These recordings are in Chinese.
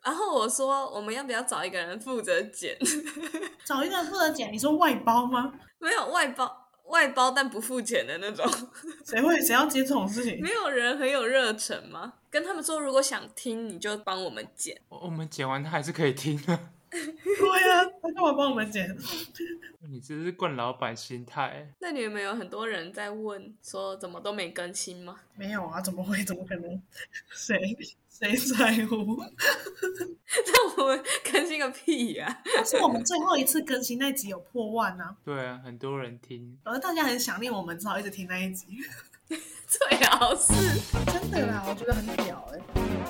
然后我说我们要不要找一个人负责剪？ 找一个人负责剪，你说外包吗？ 没有外包但不付钱的那种。 谁要接这种事情？ 没有人很有热忱吗？跟他们说，如果想听，你就帮我们剪。 我们剪完他还是可以听的。 对啊，他干嘛帮我们剪？ 你这是惯老板心态。 那你们有很多人在问说怎么都没更新吗？ 没有啊，怎么会？怎么可能？谁在乎？ 那我们更新个屁呀！ 但是我们最后一次更新那集有破万啊， 对啊，很多人听。 而大家很想念我们，只好一直听那一集。 最好是真的啦，我觉得很屌哎、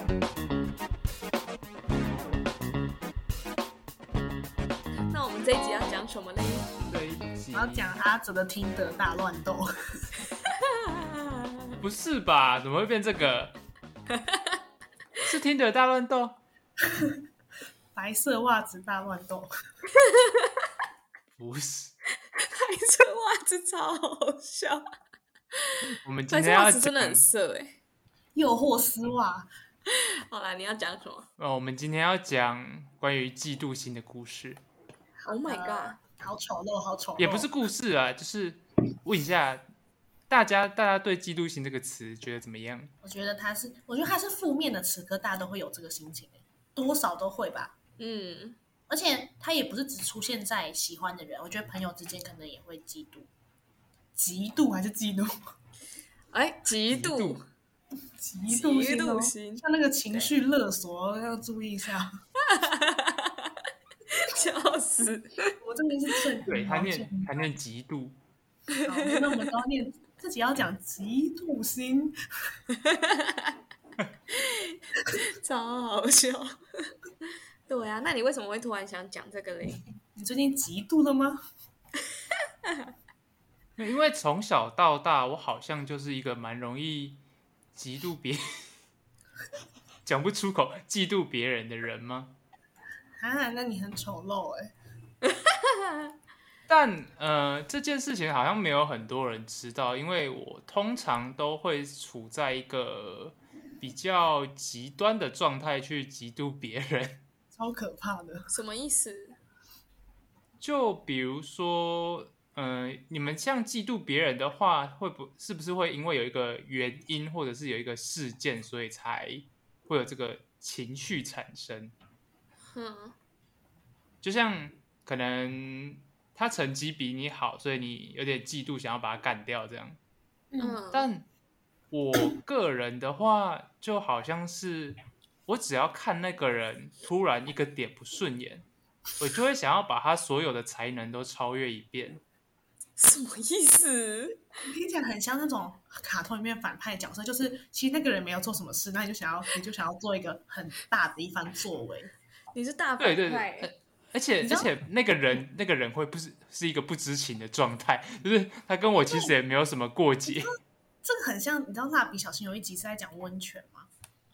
那我们这一集要讲什么呢？ 这一集我要讲阿哲的听的大乱斗。 不是吧？怎么会变这个？是听的大乱斗？ 白色袜子大乱斗。 不是。 白色袜子超好笑， 我们今白色天要袜子真的很讲， 色哎。 诱惑丝袜。 好啦，你要讲什么我们今天要讲关于嫉妒心的故事， ？Oh my god！ 好丑陋，好丑陋。 也不是故事啊，就是问一下大家对嫉妒心这个词觉得怎么样？ 我觉得它是负面的词，可大家都会有这个心情，多少都会吧。 嗯， 而且它也不是只出现在喜欢的人，我觉得朋友之间可能也会嫉妒。嫉妒还是嫉妒？ 哎，嫉妒， 嫉妒心， 像那个情绪勒索要注意一下。 笑死！ 我真的是正对，他念嫉妒。 好，那我们都要念，自己要讲嫉妒心。 超好笑。对啊，那你为什么会突然想讲这个嘞？ 你最近嫉妒了吗？ 因为从小到大，我好像就是一个蛮容易嫉妒别讲不出口嫉妒别人的人吗？ 啊，那你很丑陋哎。 但这件事情好像没有很多人知道，因为我通常都会处在一个比较极端的状态去嫉妒别人。 超可怕的。 什么意思？ 就比如说，你们像嫉妒别人的话，是不是会因为有一个原因，或者是有一个事件，所以才会有这个情绪产生？就像可能他成绩比你好，所以你有点嫉妒，想要把他干掉这样。但我个人的话，就好像是我只要看那个人突然一个点不顺眼，我就会想要把他所有的才能都超越一遍。 什么意思？ 听起来很像那种卡通里面反派角色，就是其实那个人没有做什么事，那你就想要做一个很大的一番作为。 你是大反派， 对，而且那个人会是一个不知情的状态，就是他跟我其实也没有什么过节。 这个很像，你知道蜡笔小新有一集是在讲温泉吗？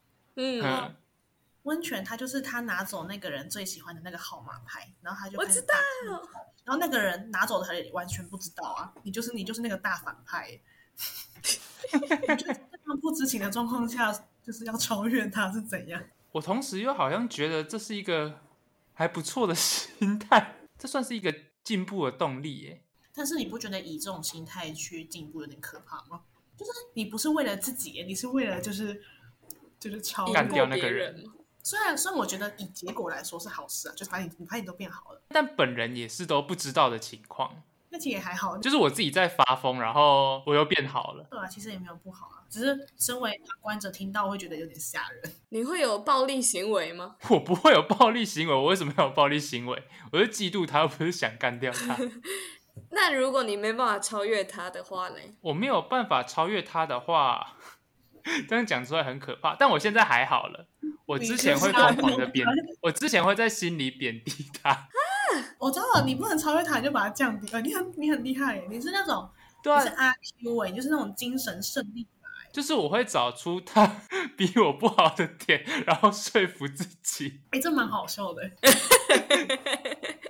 温泉他就是他拿走那个人最喜欢的那个号码牌，然后他就我知道， 然后那个人拿走的他也完全不知道啊，你就是那个大反派。你就在他不知情的状况下，就是要超越他是怎样？ 我同时又好像觉得这是一个还不错的心态，这算是一个进步的动力耶。 但是你不觉得以这种心态去进步有点可怕吗？就是你不是为了自己，你是为了就是超干掉那个人。 虽然我觉得以结果来说是好事啊，就是把你都变好了， 但本人也是都不知道的情况。 那其实也还好， 就是我自己在发疯，然后我又变好了。 对啊，其实也没有不好啊，只是身为旁观者听到会觉得有点吓人。 你会有暴力行为吗？ 我不会有暴力行为，我为什么要有暴力行为？我是嫉妒他，又不是想干掉他。 那如果你没办法超越他的话呢？ 我没有办法超越他的话，这样讲出来很可怕。但我现在还好了。我之前会疯狂的我之前会在心里贬低他。 我知道了，你不能超越他，你就把它降低。你很厉害耶，你是那种对啊， 你是 IQ 你就是那种精神胜利法。 就是我会找出他比我不好的点，然后说服自己。 这蛮好笑的。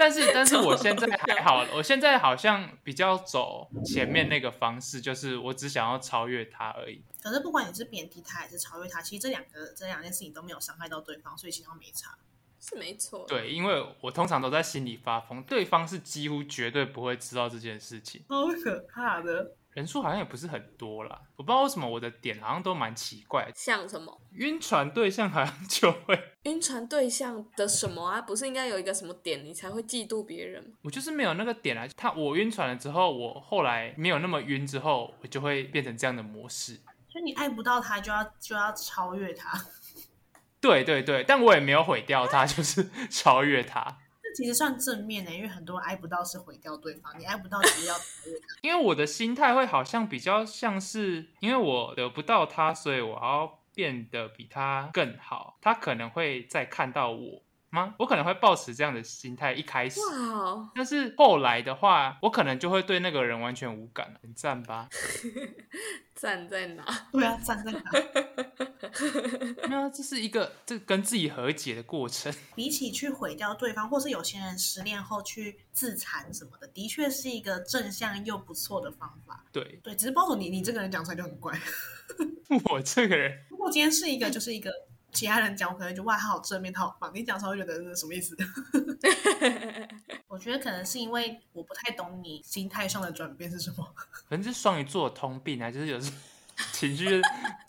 但是我现在还好，我现在好像比较走前面那个方式，就是我只想要超越他而已。 可是不管你是贬低他还是超越他，其实这两件事情都没有伤害到对方，所以其实没差。 是没错。 对，因为我通常都在心里发疯，对方是几乎绝对不会知道这件事情。 好可怕的。 人数好像也不是很多啦，我不知道为什么我的点好像都蛮奇怪的。 像什么？ 晕船对象好像就会晕船对象的什么啊？不是应该有一个什么点你才会嫉妒别人吗？ 我就是没有那个点啊。我晕船了之后，我后来没有那么晕之后，我就会变成这样的模式。 所以你爱不到他，就要超越他。 对对对，但我也没有毁掉他，就是超越他。 这其实算正面的，因为很多人爱不到是毁掉对方，你爱不到只是要超越他。 因为我的心态会好像比较像是，因为我得不到他，所以我要变得比他更好。他可能会再看到我吗？我可能会抱持这样的心态一开始， 哇， 但是后来的话，我可能就会对那个人完全无感了。很赞吧？ 赞在哪？ 对啊，赞在哪？ 没有，这跟自己和解的过程。 比起去毁掉对方，或是有些人失恋后去自残什么的，的确是一个正向又不错的方法。 对对，只是包括你这个人讲出来就很怪。 我这个人， 如果今天是一个就是一个其他人讲，我可能就哇他好正面，他好棒。你讲出来会觉得是什么意思？我觉得可能是因为我不太懂你心态上的转变是什么。 可能是双鱼座的通病啊，就是有时候情绪。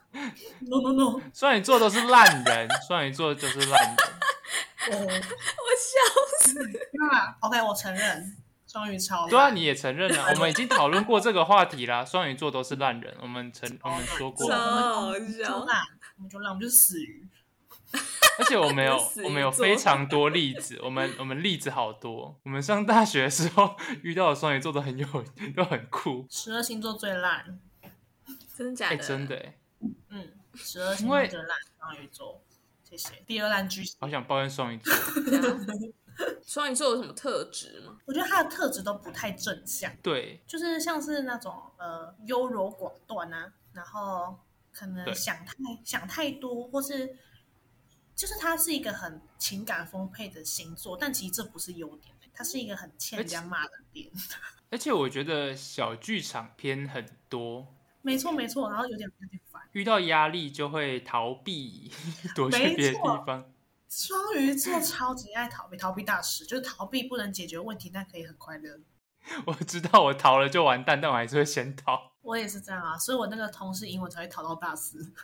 No， 双鱼座都是烂人，双鱼座就是烂人。 我笑死。 那 OK， 我承认双鱼超烂。 对啊，你也承认了，我们已经讨论过这个话题啦。双鱼座都是烂人，我们说过， 超好就笑。 烂，我们就是死鱼。 而且我们有非常多例子，我们例子好多。我们上大学的时候遇到的双鱼座都很酷。 12星座最烂， 真的假的？ 真的哎。 12星座最烂，双鱼座，谢谢。第二烂巨蟹。 好想抱怨双鱼座。 双鱼座有什么特质吗？ 我觉得他的特质都不太正向。 对， 就是像是那种优柔寡断啊，然后可能想太多，或是就是他是一个很情感丰沛的星座，但其实这不是优点，他是一个很欠人家骂的点。 而且我觉得小剧场片很多。 没错，然后有点烦， 遇到压力就会逃避，躲去别的地方。 双鱼座超级爱逃避大师，就是逃避不能解决问题，但可以很快乐。 我知道我逃了就完蛋，但我还是会先逃。 我也是这样啊，所以我那个同事英文才会逃到大四。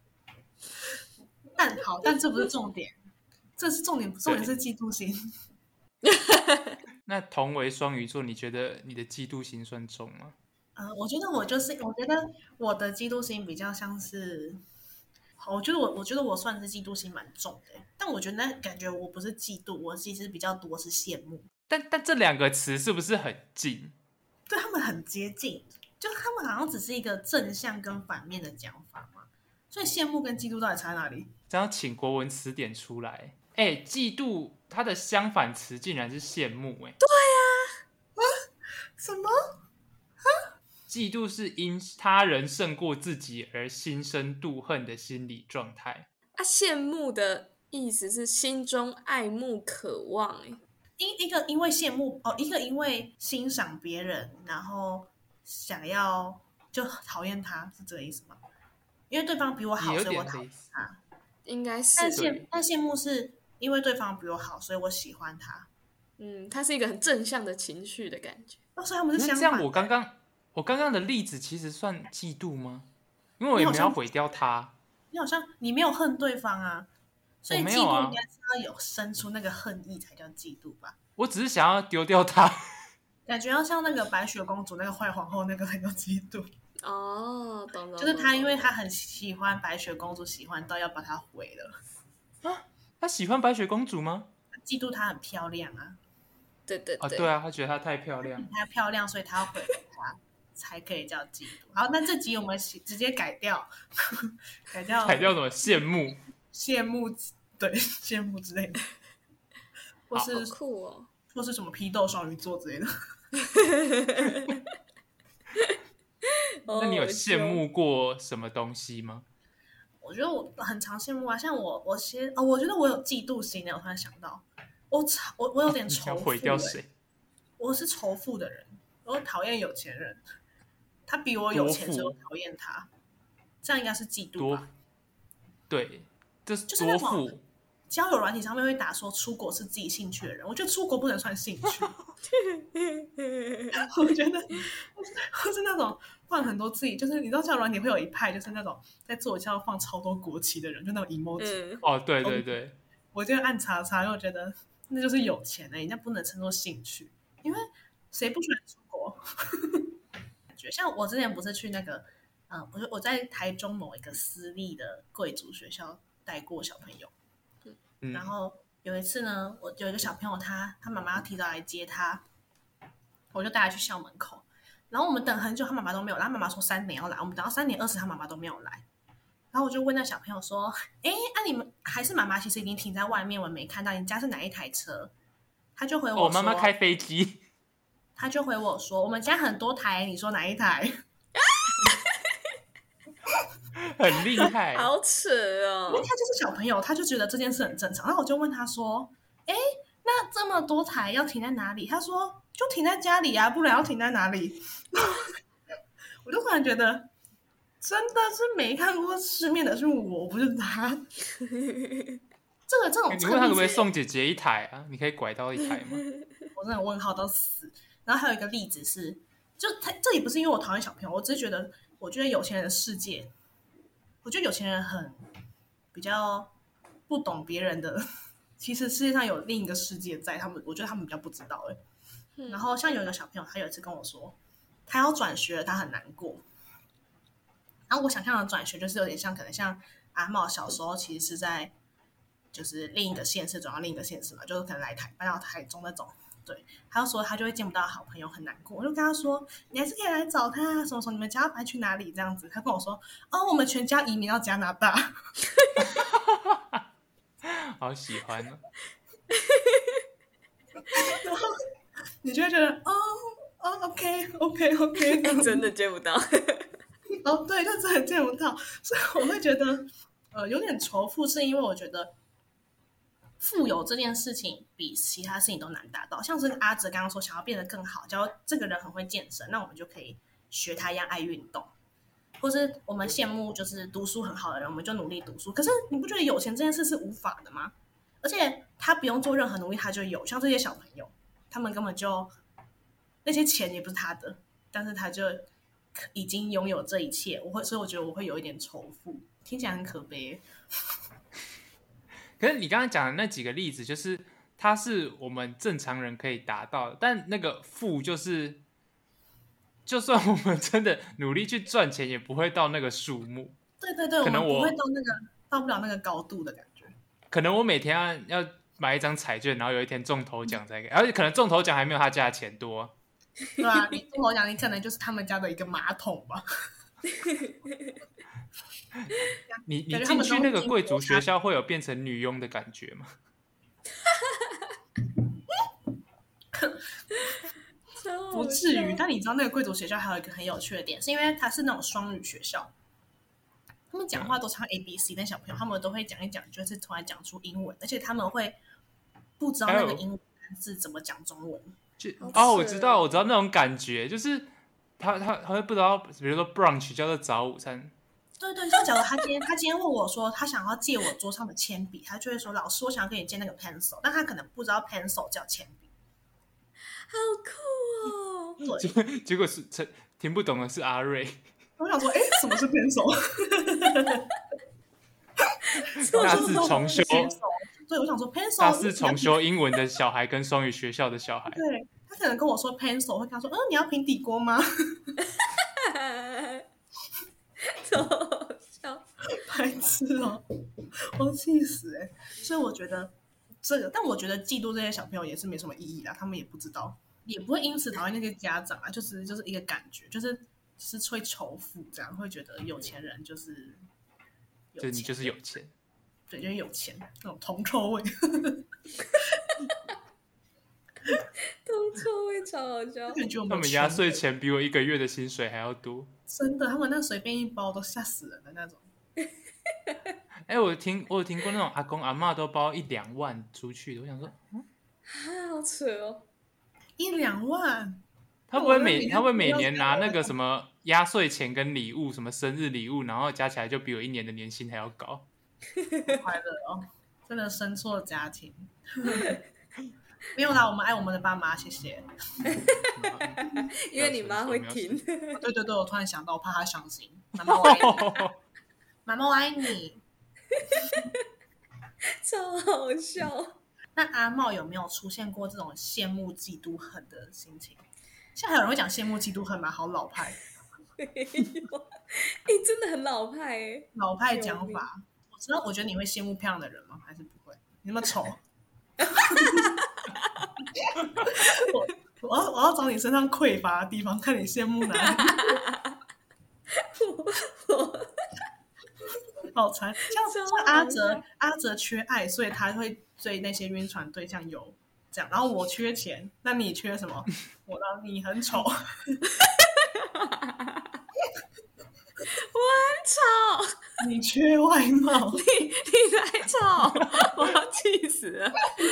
但这不是重点，这是重点是嫉妒心。 那同为双鱼座，你觉得你的嫉妒心算重吗？ 我觉得我的嫉妒心比较像是，我觉得我算是嫉妒心蛮重的，但我觉得那感觉我不是嫉妒，我其实比较多是羡慕。 但这两个词是不是很近？ 对，他们很接近，就他们好像只是一个正向跟反面的讲法嘛。所以羡慕跟嫉妒到底差在哪里？ 这样请国文词典出来。嫉妒它的相反词竟然是羡慕。对啊，什么？ 嫉妒是因他人胜过自己而心生妒恨的心理状态。 羡慕的意思是心中爱慕渴望。 一个因为羡慕一个因为欣赏别人，然后想要就讨厌他，是这个意思吗？因为对方比我好，所以我讨厌他。 应该是。 但羡慕是因为对方比我好，所以我喜欢他。 它是一个很正向的情绪的感觉。 所以他们是相反的。 那这样我刚刚的例子其实算嫉妒吗？因为我也没有毁掉他。 你好像你没有恨对方啊，所以嫉妒应该是要有生出那个恨意才叫嫉妒吧？ 我只是想要丢掉他， 感觉要像那个白雪公主那个坏皇后那个才叫嫉妒。 哦，懂。 就是他，因为他很喜欢白雪公主，喜欢到要把她毁了。 啊？他喜欢白雪公主吗？ 嫉妒她很漂亮啊。 对。 对啊，他觉得她太漂亮。 她漂亮，所以他要毁了她。才可以叫嫉妒。好，那这集我们直接改掉，改掉什么羡慕？ 对，羡慕之类的，或是好酷哦， 或是什么批斗双鱼座之类的。 那你有羡慕过什么东西吗？ 我觉得我很常羡慕啊，像我觉得我有嫉妒心呢。我突然想到， 我有点仇富、 毁掉谁？ 我是仇富的人，我讨厌有钱人。他比我有钱，所以我讨厌他。这样应该是嫉妒吧？ 对，这是多富。交友软体上面会打说出国是自己兴趣的人，我觉得出国不能算兴趣。我觉得或是那种放很多自己，就是你知道交友软体会有一派，就是那种在自我介绍放超多国旗的人，就那种 emoji。 哦，对对对， 我就按叉叉，因为我觉得那就是有钱的，人家不能称作兴趣，因为谁不喜欢出国？像我之前不是去那个，我在台中某一个私立的贵族学校带过小朋友。然后有一次呢，我有一个小朋友他妈妈要提早来接他，我就带他去校门口，然后我们等很久，他妈妈都没有来，他妈妈说3点要来，我们等到3点20，他妈妈都没有来，然后我就问那小朋友说：“你们还是妈妈其实已经停在外面，我没看到，你家是哪一台车？”他就回我说：“ 妈妈开飞机。” 他就回我说：“我们家很多台，你说哪一台？” 很厉害， 好扯哦！ 因为他就是小朋友，他就觉得这件事很正常。然后我就问他说：“那这么多台要停在哪里？”他说：“就停在家里啊，不然要停在哪里？”我就突然觉得，真的是没看过世面的是我，不是他。这种你问他可不可以送姐姐一台啊？你可以拐到一台吗？ 我真的问号到死。然后还有一个例子是，就这也不是因为我讨厌小朋友，我只是觉得，我觉得有钱人的世界。我觉得有钱人很比较不懂别人的，其实世界上有另一个世界在，我觉得他们比较不知道然后像有一个小朋友，他有一次跟我说，他要转学了，他很难过。然后我想象的转学就是有点像，可能像阿茂小时候其实是在就是另一个县市转到另一个县市嘛，就是可能搬到台中那种。对，他就说他就会见不到好朋友，很难过。我就跟他说，你还是可以来找他，什么什么，你们家要搬去哪里这样子。他跟我说，我们全家移民到加拿大。 好喜欢哦。 然后你就会觉得OK， 真的见不到。 对，就真的见不到，所以我会觉得有点仇富，是因为我觉得富有这件事情比其他事情都难达到。像是阿哲刚刚说想要变得更好，假如这个人很会健身，那我们就可以学他一样爱运动，或是我们羡慕就是读书很好的人，我们就努力读书。可是你不觉得有钱这件事是无法的吗？而且他不用做任何努力他就有，像这些小朋友他们根本就那些钱也不是他的，但是他就已经拥有这一切。所以我觉得我会有一点仇富，听起来很可悲。 可是你刚刚讲的那几个例子，就是它是我们正常人可以达到的，但那个富就是，就算我们真的努力去赚钱，也不会到那个数目。 对对对，可能我们不会到不了那个高度的感觉。 可能我每天要买一张彩券，然后有一天中头奖才给，而且可能中头奖还没有他家的钱多。 对啊，你中头奖你可能就是他们家的一个马桶吧。 你进去那个贵族学校会有变成女佣的感觉吗？ 不至于，但你知道那个贵族学校还有一个很有趣的点，是因为它是那种双语学校，他们讲话都唱 ABC， 但小朋友他们都会讲一讲，就是突然讲出英文，而且他们会不知道那个英文单字怎么讲中文。 我知道那种感觉，就是他会不知道，比如说 brunch 叫做早午餐。 对对，就假如他今天问我说他想要借我桌上的铅笔，他就会说老师我想要跟你借那个 pencil， 但他可能不知道 pencil 叫铅笔。 好酷哦！ 结果是听不懂的是阿瑞。 我想说，什么是 pencil？ 大肆重修。 对，我想说 pencil。 大肆重修英文的小孩跟双语学校的小孩。 对，他可能跟我说 pencil， 我会跟他说，你要平底锅吗？ 超好笑， 白痴哦，我气死所以我觉得这个，但我觉得嫉妒这些小朋友也是没什么意义啦，他们也不知道，也不会因此讨厌那些家长啊，就是一个感觉，就是会仇富，这样会觉得有钱人就是你就是有钱， 对，就是有钱那种铜臭味。 铜臭味超好笑， 他们压岁钱比我1个月的薪水还要多， 真的，他们那随便一包都吓死人的那种。 我有听过那种阿公阿嬷都包1-2万出去的，我想说， 好扯哦 ，1-2万。 他不会每年拿那个什么压岁钱跟礼物，什么生日礼物，然后加起来就比我1年的年薪还要高。 快乐哦，真的生错家庭。没有啦，我们爱我们的爸妈，谢谢。 因为你妈会听。 对对对，我突然想到，我怕她伤心。妈妈我爱你，妈妈我爱你， 超好笑。 那阿茂有没有出现过这种羡慕嫉妒恨的心情？现在还有人会讲羡慕嫉妒恨吗？好老派。 没有，真的很老派哎， 老派讲法。我觉得你会羡慕漂亮的人吗？还是不会？你那么丑。我要找你身上匮乏的地方，看你羡慕哪里。好惨，像阿哲缺爱，所以他会对那些晕船对象有这样。然后我缺钱，那你缺什么？我让你很丑。我很丑， 你缺外貌， 你来吵，我要气死了。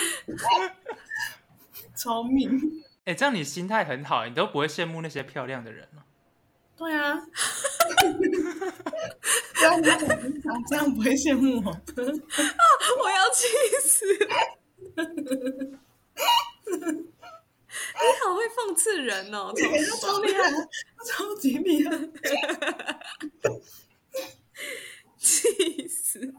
超命。 这样你心态很好，你都不会羡慕那些漂亮的人了。 对啊。不要讲这样不会羡慕我。 我要气死了。你好会讽刺人哦， 超厉害，超级厉害。 气死。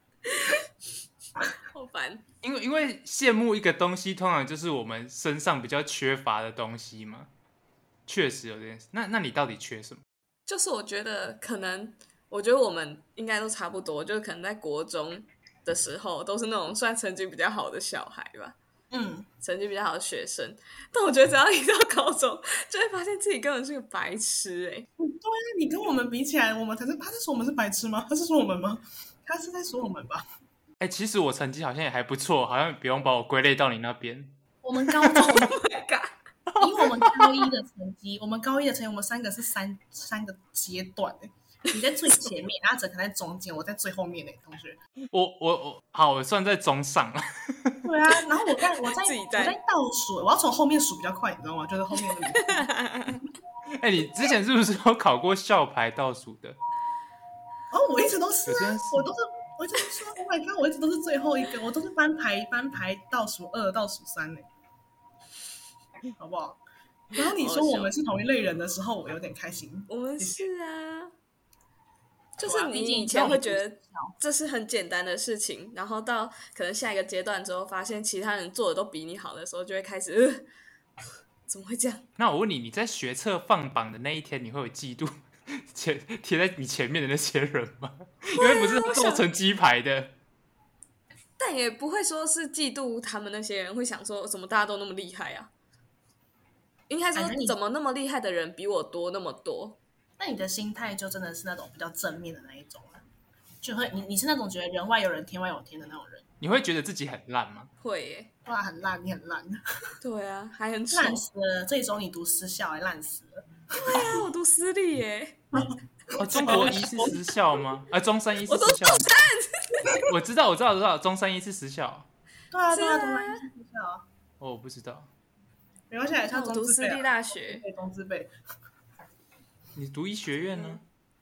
好烦。 因为羡慕一个东西，通常就是我们身上比较缺乏的东西嘛。确实有这件事。那你到底缺什么？ 就是我觉得我觉得我们应该都差不多，就是可能在国中的时候都是那种算成绩比较好的小孩吧。成绩比较好的学生。但我觉得只要一到高中，就会发现自己根本是个白痴对啊，你跟我们比起来，他是说我们是白痴吗？他是说我们吗？他是在说我们吧。 其实我成绩好像也还不错，好像不用把我归类到你那边。 我们高中以我们高一的成绩，我们3个是三个阶段你在最前面，阿哲可能在中间，我在最后面同学。 我算在中上了。 对啊，然后我在倒数，我要从后面数比较快，你知道吗？就是后面的。你之前是不是有考过校排倒数的？ 我一直都是啊，我一直都是 ，Oh my god， 我一直都是最后一个，我都是班排倒数2、倒数3好不好？然后你说我们是同一类人的时候，我有点开心。 我们是啊，就是你以前会觉得这是很简单的事情，然后到可能下一个阶段之后，发现其他人做的都比你好的时候，就会开始怎么会这样？ 那我问你，你在学测放榜的那一天，你会有嫉妒贴在你前面的那些人吗？因为不是做成鸡排的。 但也不会说是嫉妒他们那些人，会想说怎么大家都那么厉害啊？应该说怎么那么厉害的人比我多那么多？ 那你的心态就真的是那种比较正面的那一种了，就会你是那种觉得人外有人天外有天的那种人。 你会觉得自己很烂吗？ 会耶。 哇，很烂，你很烂。 对啊，还很丑， 烂死了。这一周你读私校烂死了。 对啊，我读私立耶。 中国一是私校吗？中山一是私校。我知道，中山一是私校。 对啊，中山一是私校。 我不知道。 没关系，像我读私立大学， 中资辈。 你读医学院呢？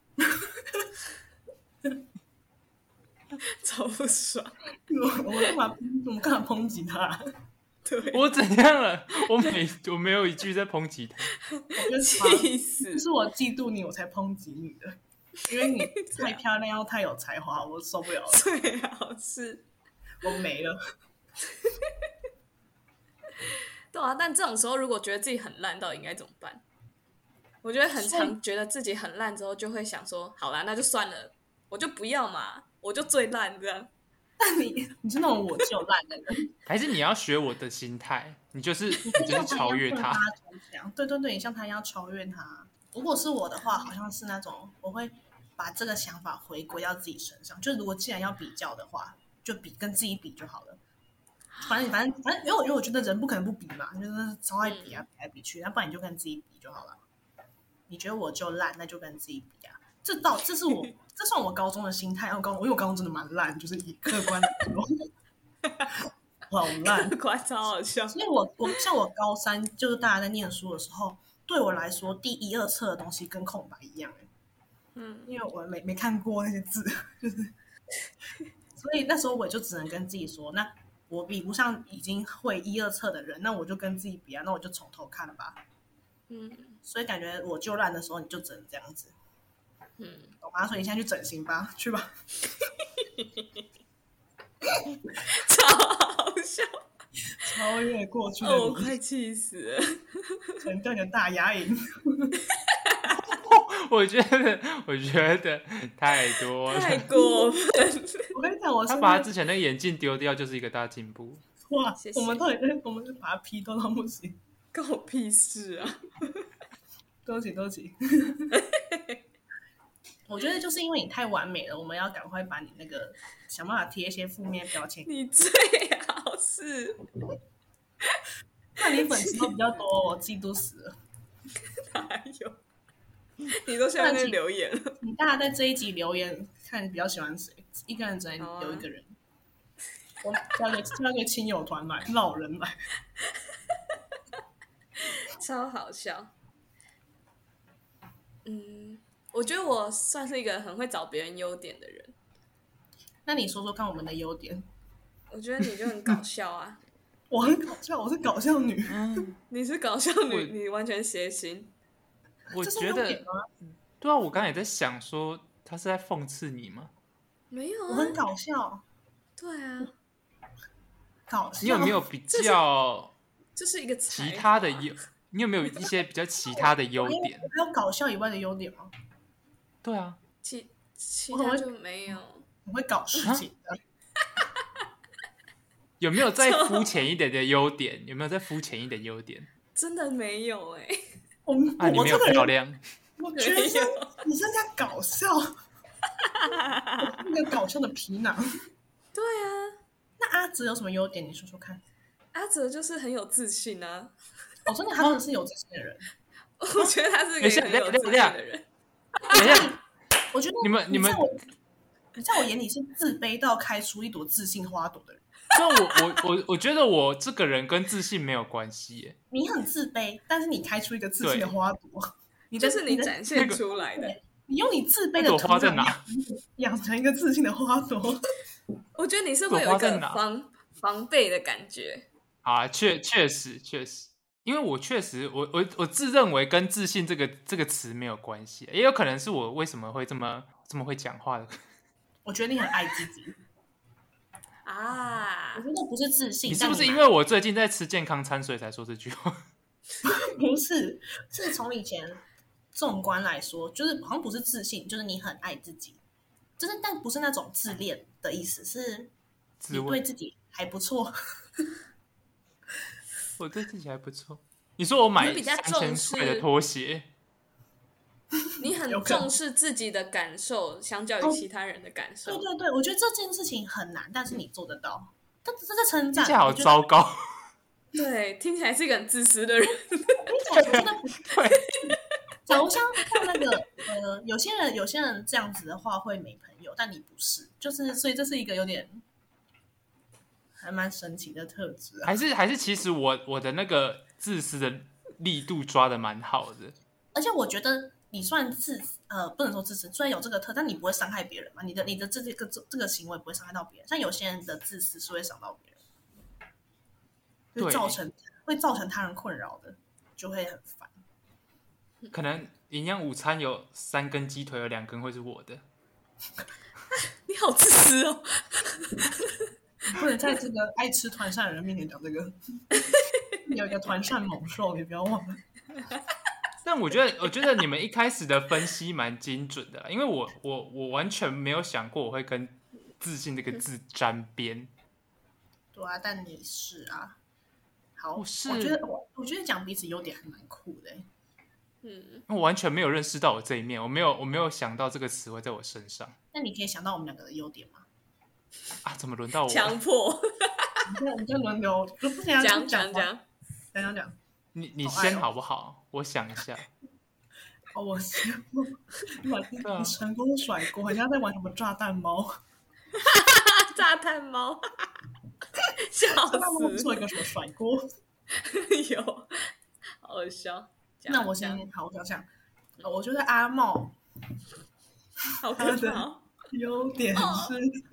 超不爽。 我们干嘛抨击他？ 对， 我怎样了？我没有一句在抨击他。 气死！ 是我嫉妒你，我才抨击你的，因为你太漂亮又太有才华，我受不了了。 最好是我没了。 对啊，但这种时候如果觉得自己很烂，到底应该怎么办？我觉得很常觉得自己很烂之后，就会想说，好啦，那就算了，我就不要嘛，我就最烂这样。 但你是那种我就烂的人， 还是你要学我的心态？你就是超越他。 对对对，你像他一样超越他。如果是我的话，好像是那种我会把这个想法回归到自己身上。就如果既然要比较的话，就跟自己比就好了。反正，因为我觉得人不可能不比嘛，就是超爱比啊，比来比去，那不然你就跟自己比就好了。你觉得我就烂，那就跟自己比啊。这算我高中的心态。因为我高中真的蛮烂，就是以客观来说。 好烂， 超好笑。 所以我像我高三就是大家在念书的时候，对我来说第一二册的东西跟空白一样，因为我没看过那些字，就是，所以那时候我就只能跟自己说，那我比不上已经会一二册的人，那我就跟自己比啊，那我就从头看了吧。所以感觉我就烂的时候，你就只能这样子。我妈说你现在去整形吧，去吧。 超好笑， 超越过去的我快气死了， 成掉你的大牙龈。 我觉得太多了， 太过分。 我跟你讲， 他把他之前那个眼镜丢掉，就是一个大进步。 哇，谢谢我们是把他批斗到不行， 关我屁事啊！ 对不起。我觉得就是因为你太完美了，我们要赶快把你那个想办法贴一些负面标签。 你最好是， 那你粉丝都比较多，我嫉妒死了。 哪有？你都下面留言了， 你大家在这一集留言，看你比较喜欢谁？一个人只能留一个人。我叫个亲友团来，老人来， 超好笑。我觉得我算是一个很会找别人优点的人。 那你说说看我们的优点。 我觉得你就很搞笑啊。 我很搞笑，我是搞笑女。 你是搞笑女，你完全谐星。 我觉得，对啊，我刚才也在想说，他是在讽刺你吗？ 没有啊， 我很搞笑。 对啊， 搞笑。 你有没有比较？ 这是一个其他的优，你有没有一些比较其他的优点？ 还有搞笑以外的优点吗？ 对啊， 其他就没有。 我会搞事情的。 有没有再肤浅一点的优点？有没有再肤浅一点优点？ 真的没有哎。 你没有漂亮。 我觉得你是在搞笑。那个搞笑的皮囊。 对啊。 那阿哲有什么优点？你说说看。 阿哲就是很有自信啊。 真的，他真的是有自信的人。 我觉得他是一个很有自信的人。 等一下， 我觉得你们， 你在我眼里是自卑到开出一朵自信花朵的人。 我觉得我这个人跟自信没有关系耶。 你很自卑，但是你开出一个自信的花朵， 就是你展现出来的。 你用你自卑的土花在哪养成一个自信的花朵。 我觉得你是会有一个防备的感觉啊，确实，因为我确实我自认为跟自信这个词没有关系，也有可能是我为什么会这么会讲话的。 我觉得你很爱自己啊！ 我觉得不是自信， 你是不是因为我最近在吃健康餐，所以才说这句话？ 不是，是从以前纵观来说，就是好像不是自信，就是你很爱自己，就是但不是那种自恋的意思，是你对自己还不错。 我对自己还不错。你说我买3000块的拖鞋， 你很重视自己的感受，相较于其他人的感受。 对，我觉得这件事情很难，但是你做得到，这是称赞。 听起来好糟糕。 对，听起来是一个很自私的人。 我真的不对。假如像那个有些人这样子的话会没朋友，但你不是，就是所以这是一个有点还蛮神奇的特质啊。 还是其实我的那个自私的力度抓的蛮好的， 而且我觉得你算不能说自私，虽然有这个特，但你不会伤害别人嘛？你的这个行为不会伤害到别人，像有些人的自私是会伤到别人，会造成他人困扰的，就会很烦。 可能营养午餐有3根鸡腿，有2根会是我的。 你好自私哦！ 不能在这个爱吃团扇的人面前讲这个。有一个团扇猛兽，你不要忘了。 但我觉得你们一开始的分析蛮精准的啦，因为我完全没有想过我会跟自信这个字沾边。 对啊，但你是啊。好， 我觉得讲彼此优点还蛮酷的。 我完全没有认识到我这一面，我没有想到这个词汇在我身上。那你可以想到我们2个的优点吗？ 啊，怎么轮到我？ 强迫。 你就轮流，不行讲。 你先好不好？我想一下。 我先。你成功甩锅，人家在玩什么炸弹猫？ 炸弹猫。 笑死！做一个什么甩锅？ 有，好笑。 那我先好，我想想，我觉得阿茂， 好可怕， 优点是，好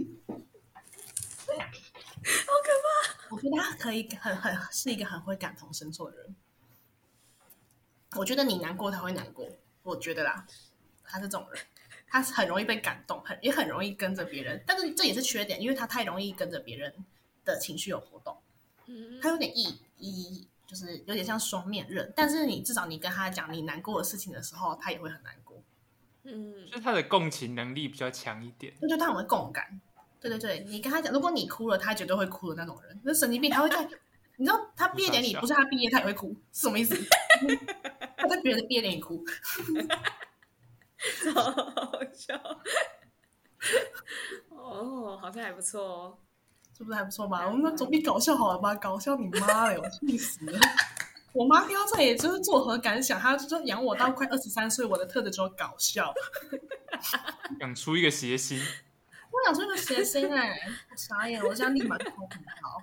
可怕。 我觉得他可以是一个很会感同身受的人。我觉得你难过他会难过，我觉得啦，他是这种人，他很容易被感动，也很容易跟着别人，但是这也是缺点，因为他太容易跟着别人的情绪有波动，他有点就是有点像双面刃，但是你至少你跟他讲你难过的事情的时候，他也会很难过。 就是他的共情能力比较强一点。 对，他很会共感。对，你跟他讲，如果你哭了，他绝对会哭的那种人。那神经病，他会在，你知道他毕业典礼不是他毕业，他也会哭，是什么意思？他在别人的毕业典礼哭， 超好笑。哦，好像还不错哦， 是不是还不错吧？我们总比搞笑好了吧？搞笑你妈嘞！我气死了！我妈听到这里就是作何感想？她就说养我到快23岁，我的特质只有搞笑， 养出一个谐星。 我养出一个谐星我傻眼，我现在立马口很高，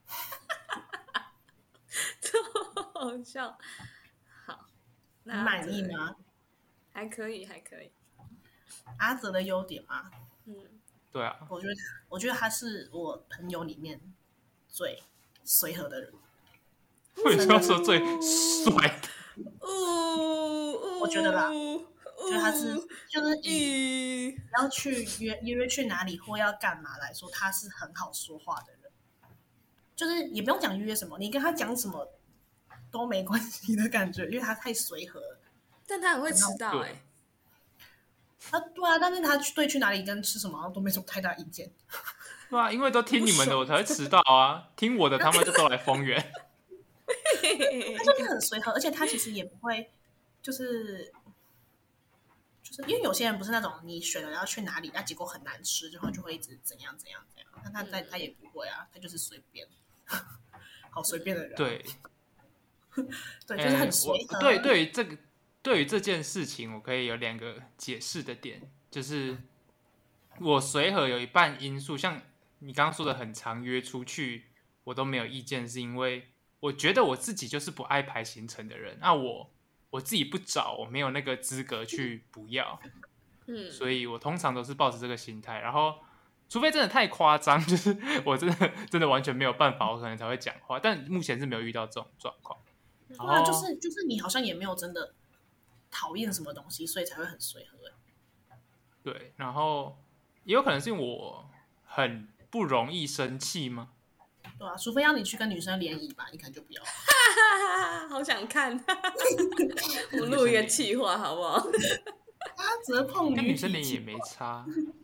超好笑。好， 你满意吗？ 还可以。 阿泽的优点吗？ 对啊， 我觉得他是我朋友里面最随和的人。 为什么要说最帅的？ 我觉得啦，觉得他是就是以要去约去哪里或要干嘛来说，他是很好说话的人。就是也不用讲约什么，你跟他讲什么都没关系的感觉，因为他太随和了。 但他很会迟到对啊，但是他对去哪里跟吃什么都没什么太大意见。 对啊，因为都听你们的，我才会迟到啊。听我的，他们就都来丰原。 他就是很随和，而且他其实也不会，就是因为有些人不是那种你选了要去哪里，那结果很难吃，然后就会一直怎样。那他也不会啊，他就是随便，好随便的人。 对， 就是很随和。 对于这件事情，我可以有2个解释的点，就是我随和有一半因素，像你刚刚说的很常约出去，我都没有意见，是因为我觉得我自己就是不爱排行程的人，那我自己不找，我没有那个资格去不要，所以我通常都是抱着这个心态，然后除非真的太夸张，就是我真的完全没有办法，我可能才会讲话，但目前是没有遇到这种状况。 对啊，就是你好像也没有真的讨厌什么东西，所以才会很随和。 对，然后也有可能是因为我很不容易生气吗？ 对啊，除非要你去跟女生联谊吧，你可能就不要。 好想看，我录一个企划好不好？ 他只碰跟女生联谊也没差。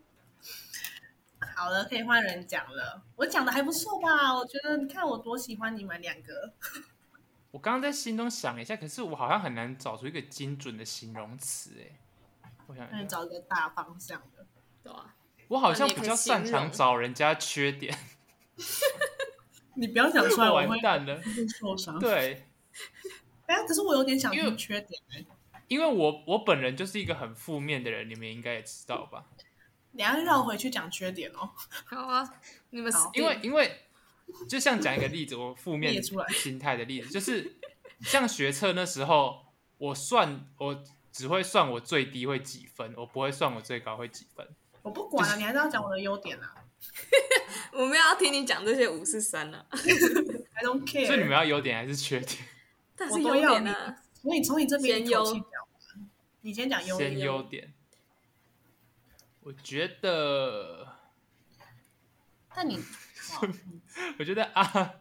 好了，可以换人讲了。我讲的还不错吧？我觉得你看我多喜欢你们2个。 我刚刚在心中想一下，可是我好像很难找出一个精准的形容词我想那你找一个大方向的。 对啊， 我好像比较擅长找人家缺点。 你不要讲出来， 我完蛋了， 受伤。 对， 可是我有点想听缺点因为我本人就是一个很负面的人，你们应该也知道吧？ 你要绕回去讲缺点哦。 好啊，你们因为就像讲一个例子，我负面心态的例子，就是像学测那时候，我只会算我最低会几分，我不会算我最高会几分。 我不管了，你还是要讲我的优点啊。 我们要听你讲这些543啊。 I don't care。 所以你们要优点还是缺点？ 但是优点啊。 所以从你这边一口气讲，你先讲优点。 先优点。我觉得， 但你， 我觉得阿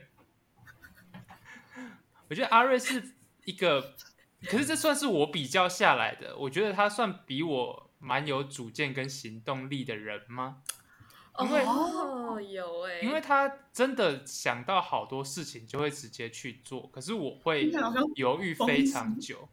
瑞是一个，可是这算是我比较下来的，我觉得他算比我蛮有主见跟行动力的人吗？因为他真的想到好多事情就会直接去做，可是我会犹豫非常久。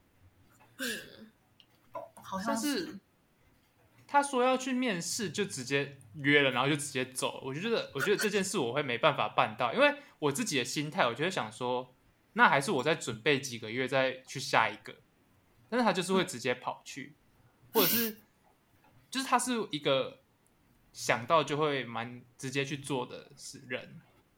好像是。 他说要去面试，就直接约了，然后就直接走。我觉得这件事我会没办法办到，因为我自己的心态，我就会想说，那还是我再准备几个月再去下一个。但是他就是会直接跑去，或者是就是他是一个想到就会蛮直接去做的人，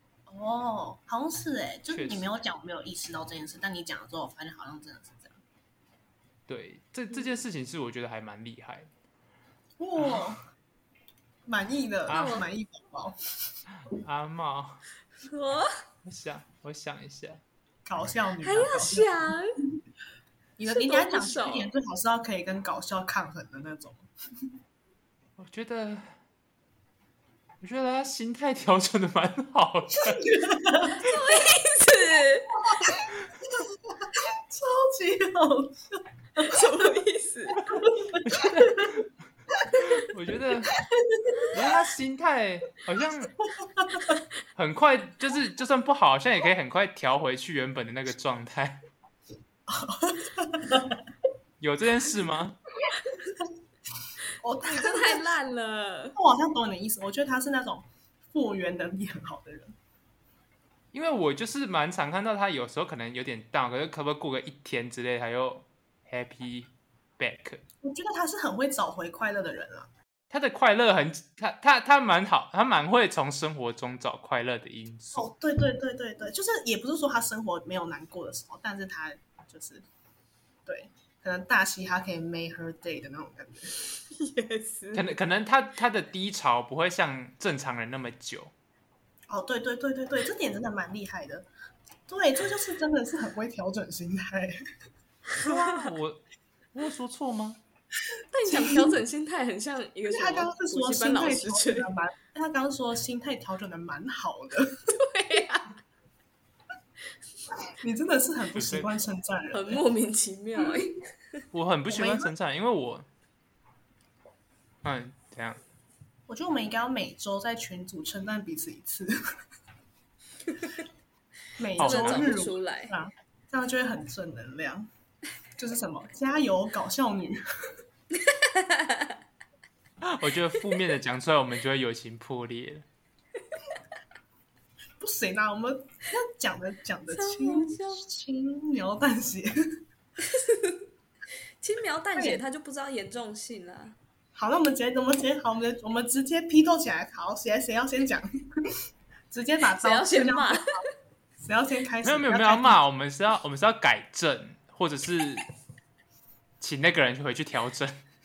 哦，好像是就是你没有讲，我没有意识到这件事，但你讲了之后，我发现好像真的是这样。 对，这件事情是我觉得还蛮厉害的。哇，满意的，满意宝宝。 阿茂，我想一下， 搞笑女还要想， 你等下讲缺点最好是要可以跟搞笑抗衡的那种。 我觉得他心态调整的蛮好的。什么意思？ 超级好笑， 什么意思？ 我觉得他心态好像很快，就算不好，好像也可以很快调回去原本的那个状态。有这件事吗？ 你这太烂了。 我好像懂你的意思，我觉得他是那种复原能力很好的人。 因为我就是蛮常看到他有时候可能有点 down， 可是可不可以过个1天之类，他又 happy back。 我觉得他是很会找回快乐的人啊。 他的快乐他蛮好，他蛮会从生活中找快乐的因素。 哦，对，就是也不是说他生活没有难过的时候，但是他就是对，可能大嘻哈可以 make her day 的那种感觉。 Yes. 可能他的低潮不会像正常人那么久。 哦，对，这点真的蛮厉害的。对，这就是真的是很会调整心态。 我有说错吗？ 但你讲调整心态很像一个什么补习班老师之类的。 他刚刚说心态调整的蛮好的。 对呀， 你真的是很不习惯称赞人， 很莫名其妙我很不喜欢称赞，因为我怎样？ 我觉得我们应该要每周在群组称赞彼此一次。每周日出来， 这样就会很正能量。就是什么加油搞笑女。 我觉得负面的讲出来，我们就会友情破裂了。 不行啊，我们要讲的轻描淡写。 轻描淡写，他就不知道严重性了。 好，那我们直接批斗起来。好，谁要先讲？直接把谁要先骂？ 谁要先开始？ 没有要骂，我们是要改正，或者是请那个人回去调整。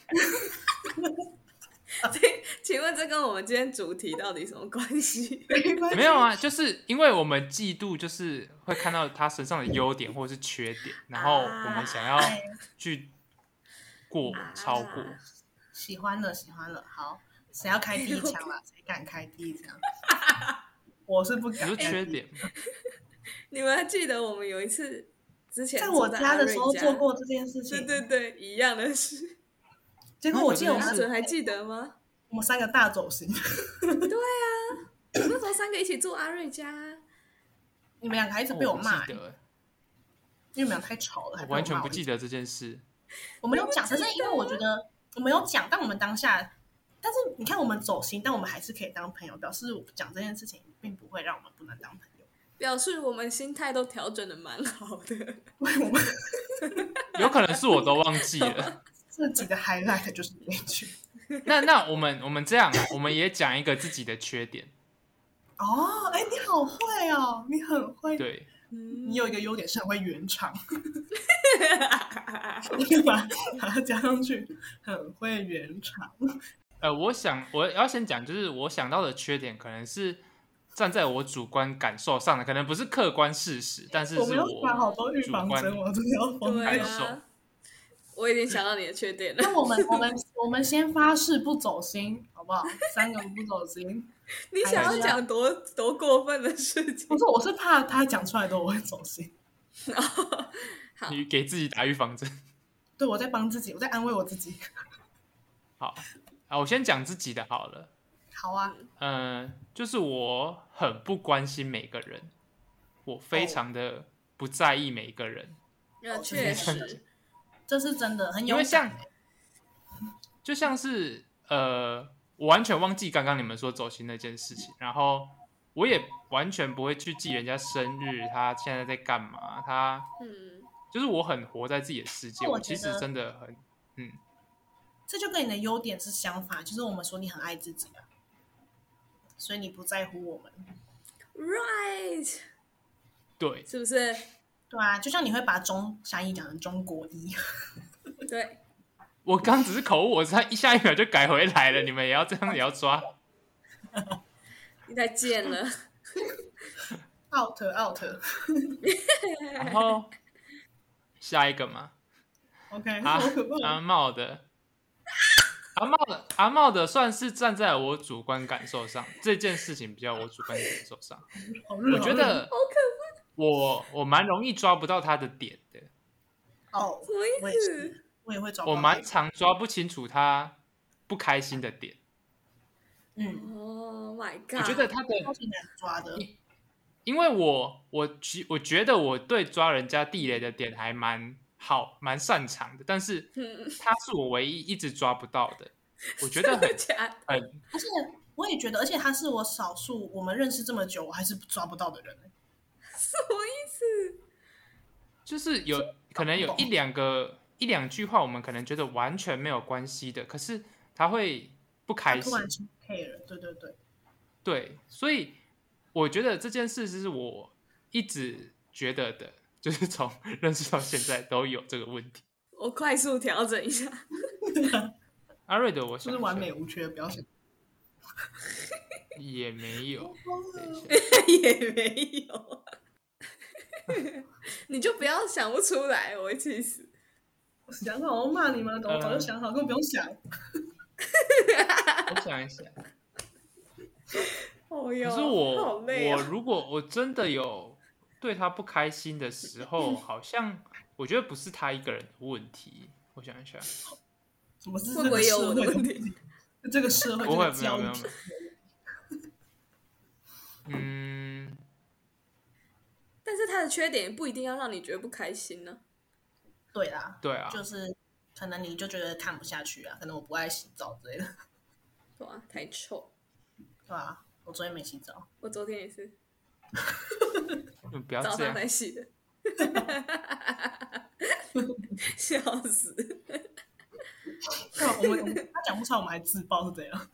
请问这跟我们今天主题到底什么关系？ 没有啊，就是因为我们嫉妒，就是会看到他身上的优点或是缺点，然后我们想要去超过。 喜欢了，好，谁要开第一枪了？谁敢开第一枪？我是不敢。 有缺点。 你们还记得我们有一次之前在我家的时候做过这件事情？ 对，一样的事。 结果我记得我们还记得吗？ 我们3个大走心。 对啊，我那时候3个一起住阿瑞家。 你们2个还一直被我骂，因为你们俩太吵了。 我完全不记得这件事。 我没有讲，可是因为我觉得我没有讲，但我们当下，但是你看我们走心，但我们还是可以当朋友，表示讲这件事情并不会让我们不能当朋友， 表示我们心态都调整的蛮好的。 有可能是我都忘记了。 自己的 highlight 就是那句。 那我们这样，我们也讲一个自己的缺点。 哦，你好会哦，你很会。 对， 你有一个优点是很会圆场。你把它加上去，很会圆场。 我要先讲，就是我想到的缺点，可能是站在我主观感受上的，可能不是客观事实，但是是我们要好多预防针，我真的要疯感受。 我已经想到你的缺点了。 那我们先发誓不走心，好不好？3个不走心。 你想要讲多过分的事情？ 不是，我是怕他讲出来的我会走心。 好， 你给自己打预防针。 对，我在帮自己，我在安慰我自己。 好我先讲自己的好了。 好啊。 就是我很不关心每个人，我非常的不在意每个人。 确实。 这是真的很有感。 就像是我完全忘记刚刚你们说走心那件事情，然后我也完全不会去记人家生日，他现在在干嘛，就是我很活在自己的世界。我其实真的很这就跟你的优点是相反，就是我们说你很爱自己，所以你不在乎我们。 Right， right， 对， 是不是？ 对啊，就像你会把中山一讲成中国一。 对， 我刚只是口误，我下一秒就改回来了，你们也要这样也要抓？ 你太贱了。 out。 然后下一个嘛 OK， 阿茂的算是站在我主观感受上，这件事情比较我主观感受上，我觉得好可怕，我蛮容易抓不到他的点的。 哦， 什么意思？ 我也会抓不到。 我蛮常抓不清楚他不开心的点。 Oh my god！ 我觉得他的超级难抓的， 因为我觉得我对抓人家地雷的点还蛮好，蛮擅长的，但是他是我唯一一直抓不到的。我觉得很， 而且我也觉得，而且他是我少数我们认识这么久，我还是抓不到的人。 什么意思？ 就是可能有一两句话，我们可能觉得完全没有关系的，可是他会不开心， 他突然间 care 了， 对，所以我觉得这件事是我一直觉得的，就是从认识到现在都有这个问题。 我快速调整一下。 阿瑞的我想就是完美无缺，不要想。 也没有， 也没有。你就不要想不出来，我会气死。 我想好我骂你们，早就想好，根本不用想。 我想一下。 哦哟， 可是好累啊。 我如果我真的有对他不开心的时候，好像我觉得不是他一个人的问题。我想一下， 什么是这个社会的问题？这个社会不会， 没有。 但是他的缺点不一定要让你觉得不开心呢。 对啦， 对啊， 就是可能你就觉得看不下去啊，可能我不爱洗澡之类的。 对啊，太臭。 对啊，我昨天没洗澡。 我昨天也是。 不要这样。 早上才洗的。笑死。 他讲不出来，我们还自爆是怎样？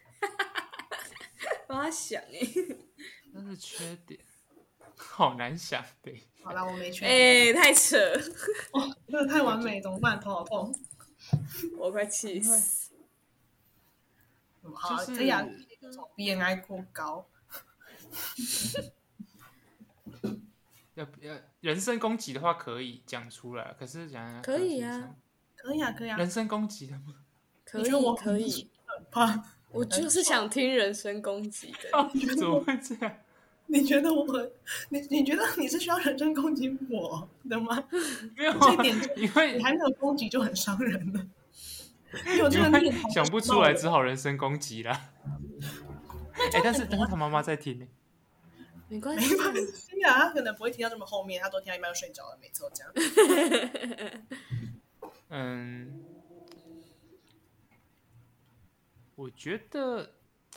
帮他想那是缺点，好难想的。 好啦，我没缺点。 太扯。 哦，真的太完美，怎么办？头好痛。 我快气死。 好，这样 BMI 过高。 要人身攻击的话可以讲出来，可是讲可以啊， 可以啊。 人身攻击的吗？ 可以， 很怕。 我就是想听人身攻击的。 怎么会这样？ 你觉得你觉得你是需要人身攻击我的吗？ 没有， 这点因为你还没有攻击就很伤人了。因为想不出来，只好人身攻击啦。但是他妈妈在听呢。 没关系啊，他可能不会听到这么后面，他都听到一半就睡着了，每次都这样。 我觉得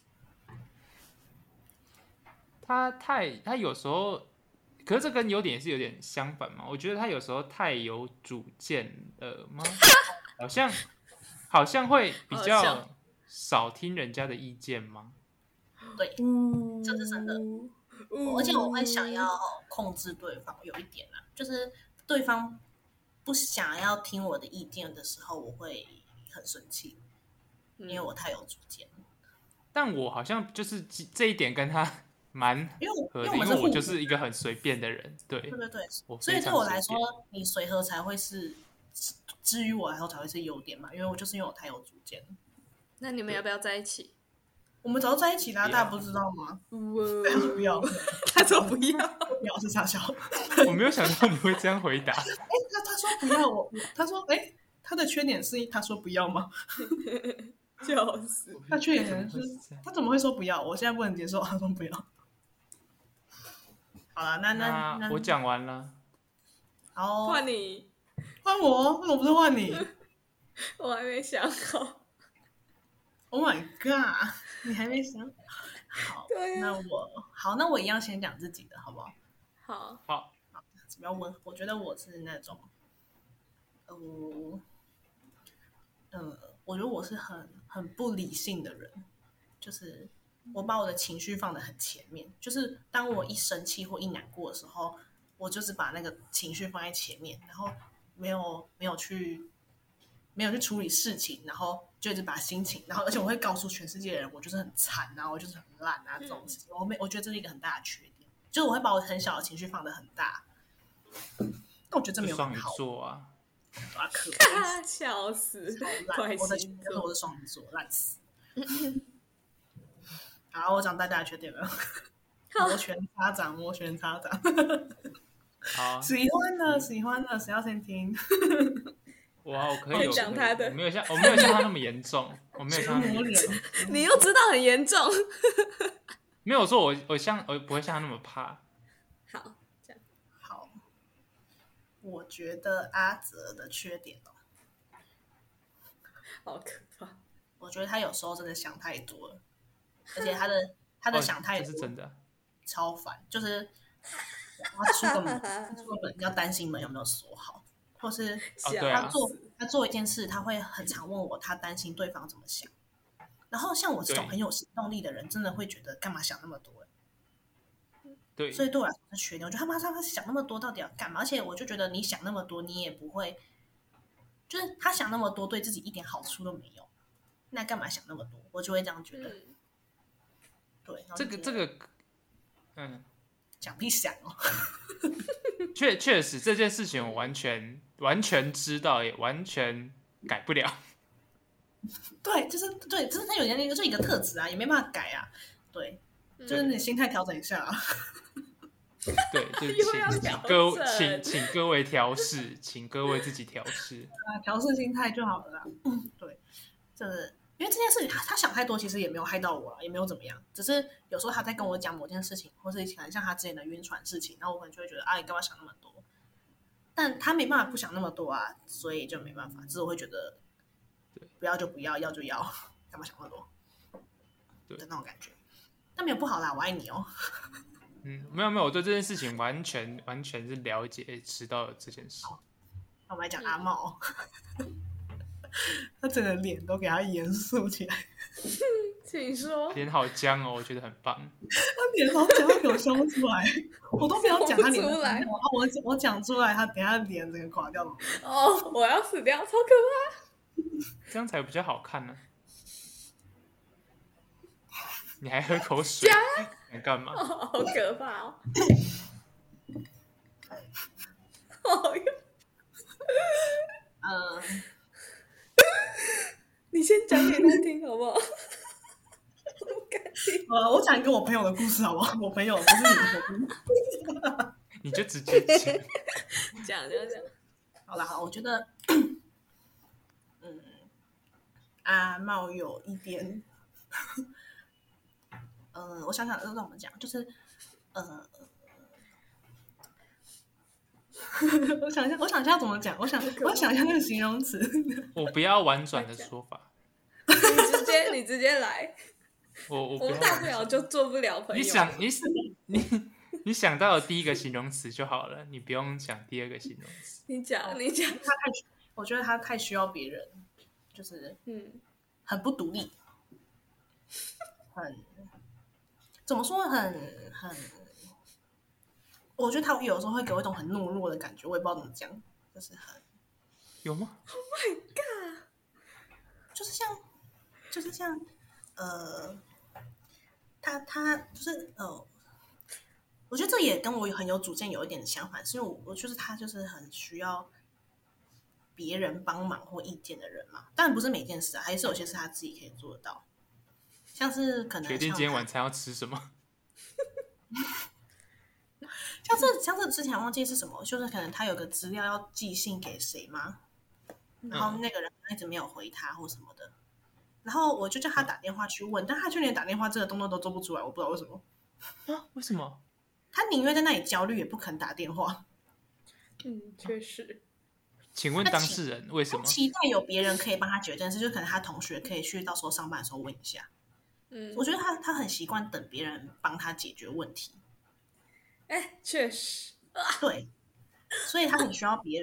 他有时候，可是这跟优点也是有点相反嘛。我觉得他有时候太有主见了吗？好像会比较少听人家的意见吗？ 对，这是真的。而且我会想要控制对方，有一点啦，就是对方不想要听我的意见的时候，我会很生气，因为我太有主见。 但我好像就是这一点跟他蛮合的，因为我就是一个很随便的人。对， 所以对我来说，你随和才会是，至于我来说才会是优点嘛，因为我太有主见。 那你们要不要在一起？ 我们早就在一起啦，大家不知道吗？他说不要， 他说不要， 不要是傻笑。 我没有想到你会这样回答。 他说不要，他说他的缺点是他说不要吗？ 笑死！ 他缺点是他怎么会说不要？我现在不能接受他说不要。好了，那我讲完了。 好， 换你， 换我？为什么不是换你？ 我还没想好。 Oh my god！ 你还没想好？ 对啊。 那我一样先讲自己的，好不好？ 好。 怎么样？我觉得我是那种，我觉得我是很不理性的人，就是我把我的情绪放得很前面，就是当我一生气或一难过的时候，我就是把那个情绪放在前面，然后没有去处理事情，然后就一直把心情，然后而且我会告诉全世界的人我就是很惨啊，我就是很烂啊这种事情，我觉得这是一个很大的缺点，就是我会把我很小的情绪放得很大，但我觉得这没有很好。 双鱼座啊， 可笑死！ 我的缺点是我是双鱼座，烂死。好，我讲大家的缺点了。摩拳擦掌，摩拳擦掌。 好， 喜欢的，谁要先听？ 哇，我可以讲他的， 我没有像他那么严重，我没有像他那么严重。 你又知道很严重， 没有说我不会像他那么怕。 好，这样好。我觉得阿泽的缺点好可怕。 我觉得他有时候真的想太多了，而且他的想太多是真的， 超烦。就是他出个门要担心门有没有锁好，或是他做一件事，他会很常问我，他担心对方怎么想。然后像我这种很有行动力的人，真的会觉得干嘛想那么多？ 对， 所以对我来说是缺点。我觉得他想那么多到底要干嘛？而且我就觉得你想那么多，你也不会，就是他想那么多，对自己一点好处都没有。那干嘛想那么多？我就会这样觉得。对， 这个， 想屁想哦。 确实这件事情我完全知道，也完全改不了。 对，就是他有点就一个特质啊，也没办法改啊。对，就是你心态调整一下啊。 对，就请各位调试，请各位自己调试调试心态就好了啦。对，就是因为这件事情他想太多，其实也没有害到我啦，也没有怎么样，只是有时候他在跟我讲某件事情，或是可能像他之前的晕船事情，然后我可能就会觉得啊，你干嘛想那么多？但他没办法不想那么多啊，所以就没办法，只是我会觉得不要就不要，要就要，干嘛想那么多的那种感觉。但没有不好啦，我爱你哦。 没有，我对这件事情完全是了解，知道这件事。 那我们来讲阿茂，他整个脸都给他严肃起来。 请说。 脸好僵哦，我觉得很棒。 他脸好僵，他给我凶出来，我都没有讲他脸出来。我讲出来，他等下脸整个垮掉了。 哦，我要死掉，超可怕！ 这样才比较好看呢。你还喝口水？你干嘛？ 好可怕哦！你先讲给他听好不好？ 我讲一个我朋友的故事好不好？我朋友不是你的。 你就直接讲。 好啦，我觉得，阿茂有一点，我想想，怎么讲，就是，我想一下怎么讲，我想一下那个形容词。 我不要婉转的说法。 你直接来。我大不了就做不了朋友。 你想到的第一个形容词就好了，你不用想第二个形容词。 你讲。 我觉得他太需要别人，就是很不独立，怎么说很，我觉得他有时候会给我一种很懦弱的感觉，我也不知道怎么讲，就是很有吗 ？Oh my god！ 就是像他就是我觉得这也跟我很有主见有一点相反，是因为我就是他就是很需要别人帮忙或意见的人嘛，当然不是每件事啊，还是有些事他自己可以做得到，像是可能决定今天晚餐要吃什么。 像是之前忘记是什么，就是可能他有个资料要寄信给谁嘛，然后那个人一直没有回他或什么的，然后我就叫他打电话去问，但他就连打电话这个动作都做不出来，我不知道为什么。 为什么？ 他宁愿在那里焦虑，也不肯打电话。 确实。 请问当事人为什么？ 他期待有别人可以帮他解决这件事，就可能他同学可以去到时候上班的时候问一下。我觉得他很习惯等别人帮他解决问题。 确实。 对，所以他很需要别人。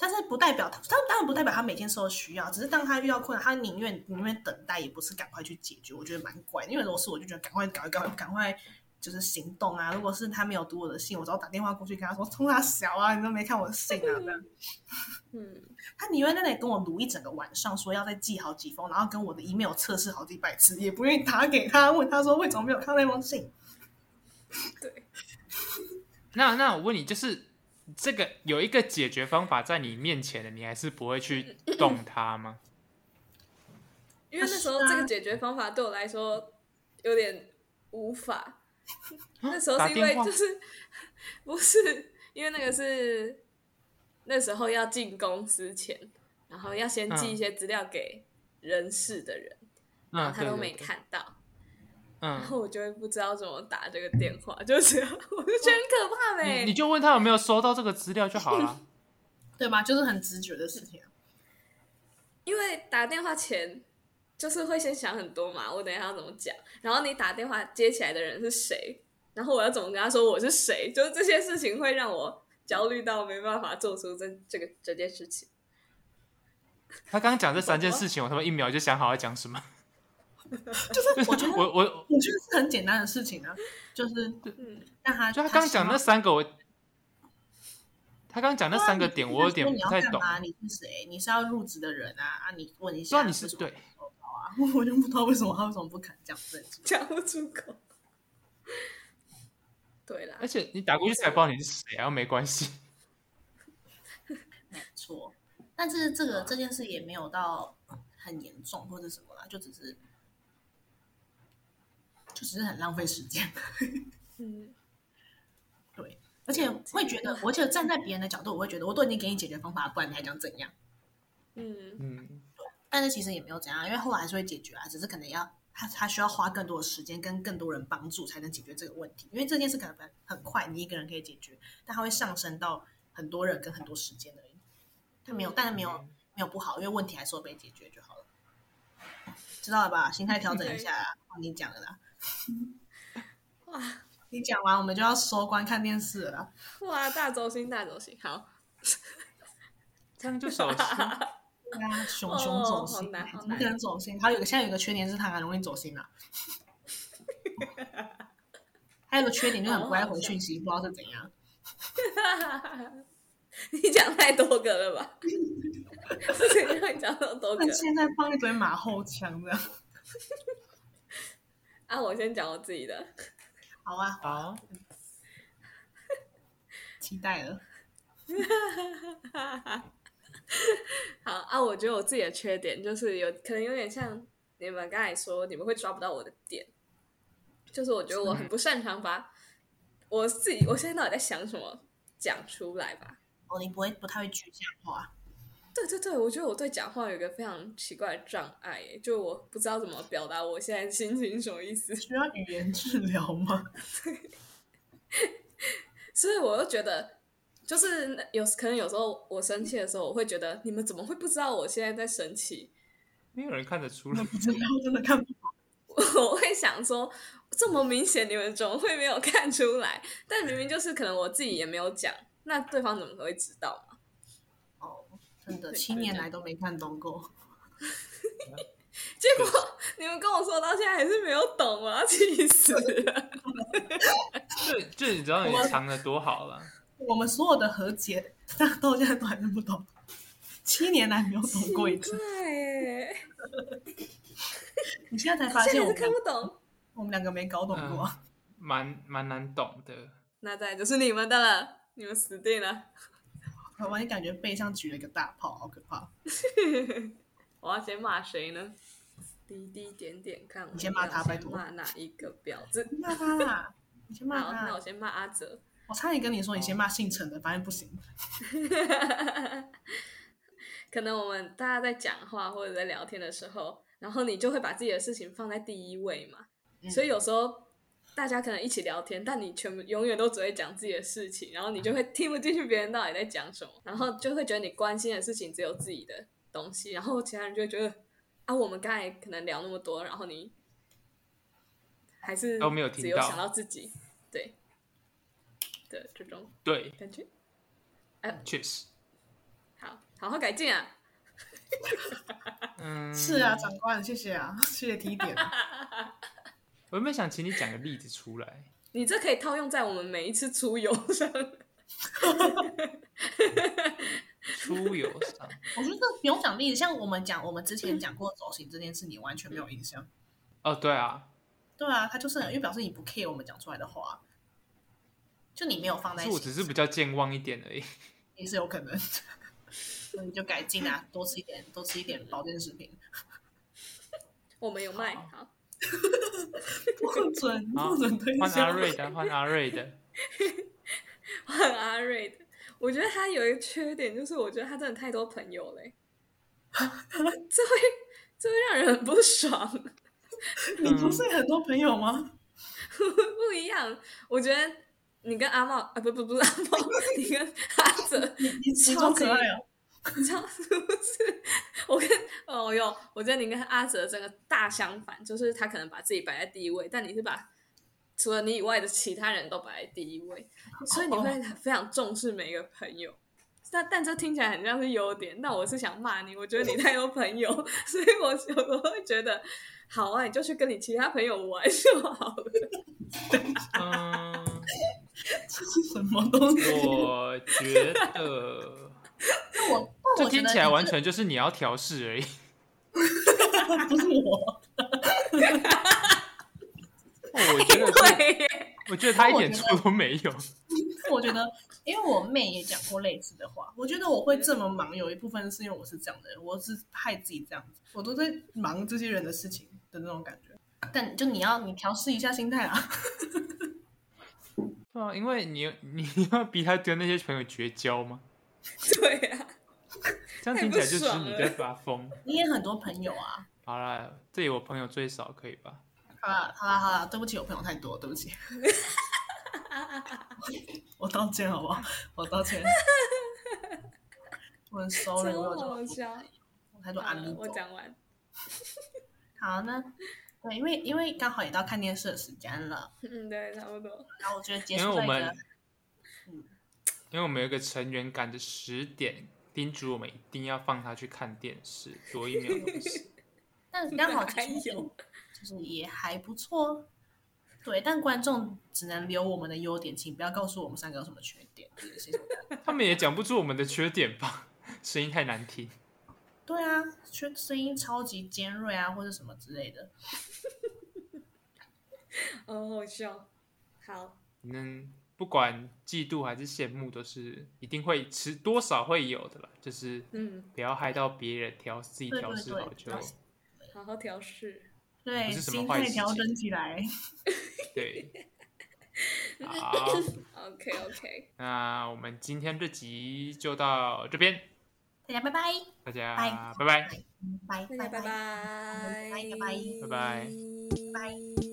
但是不代表他当然不代表他每天都需要，只是当他遇到困难，他宁愿等待，也不是赶快去解决。我觉得蛮怪的，因为如果是我就觉得赶快就是行动啊。如果是他没有读我的信，我只要打电话过去跟他说冲他小啊，你都没看我的信啊这样。他宁愿在那里跟我读一整个晚上，说要再寄好几封，然后跟我的 email 测试好几百次，也不愿意打给他，问他说为什么没有看那封信。 对， 那我问你，就是这个有一个解决方法在你面前的，你还是不会去动它吗？ 因为那时候这个解决方法对我来说有点无法。那时候是因为就是不是因为那个是那时候要进公司前，然后要先寄一些资料给人事的人，然后他都没看到。然后我就会不知道怎么打这个电话，就是我就觉得很可怕呗。 你就问他有没有收到这个资料就好了， 对吧？就是很直觉的事情。 因为打电话前就是会先想很多嘛，我等一下要怎么讲，然后你打电话接起来的人是谁，然后我要怎么跟他说我是谁，就是这些事情会让我焦虑到没办法做出这件事情。 他刚刚讲这3件事情，我他妈1秒就想好要讲什么。 就是我觉得我觉得是很简单的事情啊，就是让他就他刚讲那3个他刚讲那3个点我有点不太懂。 你是谁？你是要入职的人啊？你问一下。 对，你是对啊，我就不知道他为什么不肯讲讲不出口。对啦， 而且你打过去才不知道你是谁啊，没关系。 没错，但是这件事也没有到很严重或者什么啦，就只是很浪费时间。对，而且会觉得，而且站在别人的角度，我会觉得我都已经给你解决方法，不然你还想怎样？但是其实也没有怎样，因为后来还是会解决啊，只是可能他需要花更多的时间跟更多人帮助才能解决这个问题。因为这件事可能很快，你一个人可以解决，但它会上升到很多人跟很多时间而已。它没有，但是没有不好，因为问题还是会被解决就好了。知道了吧？心态调整一下啦。你讲了啦。哇！你讲完我们就要收官看电视了啦。 哇！大走心，好。 这样就走心。 对啊，熊走心，怎么可能走心？现在有个缺点是他很容易走心啦。还有个缺点就很不爱回讯息，不知道是怎样。 你讲太多个了吧？谁让你讲那么多个？ 现在放一堆马后枪这样。 我先讲我自己的。 好啊，好，期待了。 好我觉得我自己的缺点就是可能有点像你们刚才说，你们会抓不到我的点，就是我觉得我很不擅长把我现在到底在想什么讲出来吧。 你不太会具象化。 对，我觉得我对讲话有一个非常奇怪的障碍，就我不知道怎么表达我现在心情什么意思。 需要语言治疗吗？ 所以我就觉得，就是可能有时候我生气的时候，我会觉得你们怎么会不知道我现在在生气？ 没有人看得出来。 不知道，真的看不到。 我会想说，这么明显，你们怎么会没有看出来？但明明就是可能我自己也没有讲，那对方怎么会知道嘛？ 真的7年来都没看懂过。 结果你们跟我说到现在还是没有懂，我要气死了。 就你知道你藏的多好了。 我们所有的和解，到现在都还是不懂。7年来没有懂过一次。你现在才发现我们看不懂， 我们2个没搞懂过。 蛮难懂的。 那再就是你们的了，你们死定了。 我完全感觉背上举了一个大炮，好可怕。 我要先骂谁呢？滴滴点点看， 你先骂他，拜托。 骂哪一个婊子？ 骂他啦！你先骂他。 那我先骂阿哲。 我差点跟你说，你先骂姓陈的，发现不行。 可能我们大家在讲话或者在聊天的时候，然后你就会把自己的事情放在第一位嘛。所以有时候大家可能一起聊天，但你永远都只会讲自己的事情，然后你就会听不进去别人到底在讲什么，然后就会觉得你关心的事情只有自己的东西，然后其他人就会觉得我们刚才可能聊那么多，然后你还是都没有听到， 只有想到自己，对的这种对感觉。 确实。 好好改进啊。 是啊，长官，谢谢啊，谢谢提点。 我有没有想请你讲个例子出来？ 你这可以套用在我们每一次出游上。 出游上， 我觉得不用讲例子，像我们之前讲过走行这件事，你完全没有印象。 哦，对啊， 他就是因为表示你不 care 我们讲出来的话，就你没有放在心上。 我只是比较健忘一点而已， 也是有可能。所以就改进啊，多吃一点保健食品。 我们有卖，好。 不准推销。 换阿瑞的，换阿瑞的。 我觉得他有一个缺点，就是我觉得他真的太多朋友嘞，这会让人很不爽。 你不是很多朋友吗？ 不一样，我觉得你跟阿茂不是阿茂，你跟阿哲， 你超可爱哦。 你知道是不是？我觉得你跟阿哲整个大相反，就是他可能把自己摆在第一位，但你是把除了你以外的其他人都摆在第一位，所以你会非常重视每一个朋友。但这听起来很像是优点，但我是想骂你，我觉得你太多朋友，所以我有时候会觉得，好啊，你就去跟你其他朋友玩就好了。 这是什么东西？ 我觉得。这听起来完全就是你要调试而已。 不是我。 我觉得他一点错都没有。 我觉得，因为我妹也讲过类似的话，我觉得我会这么忙，有一部分是因为我是这样的人，我是害自己这样子，我都在忙这些人的事情的那种感觉。但就你调试一下心态啊。 对啊，因为你要逼他跟那些朋友绝交吗？ 对啊。 这样听起来就是你在发疯。 你也很多朋友啊。 好啦，这里我朋友最少，可以吧？ 好啦，对不起，我朋友太多，对不起。我道歉好不好？我道歉。我很 sorry， 超好笑。 我太多安利。 我讲完。 好呢，对，因为刚好也到看电视的时间了。 对，差不多。 然后我觉得结束这个。 因为我们有一个成员赶着10点叮嘱我们一定要放他去看电视，多1秒的事。 但刚好就是也还不错。对，但观众只能留我们的优点，请不要告诉我们3个有什么缺点。 他们也讲不出我们的缺点吧？声音太难听。 对啊，声音超级尖锐啊，或者什么之类的。 好笑。好。 不管嫉妒还是羡慕，都是一定会多少会有的啦。就是不要害到别人，自己调试好就好好调试。 对，心态调整起来。 对。好。 OK。 那我们今天这集就到这边。 大家拜拜。 大家拜拜。 拜拜。 拜拜。 拜拜。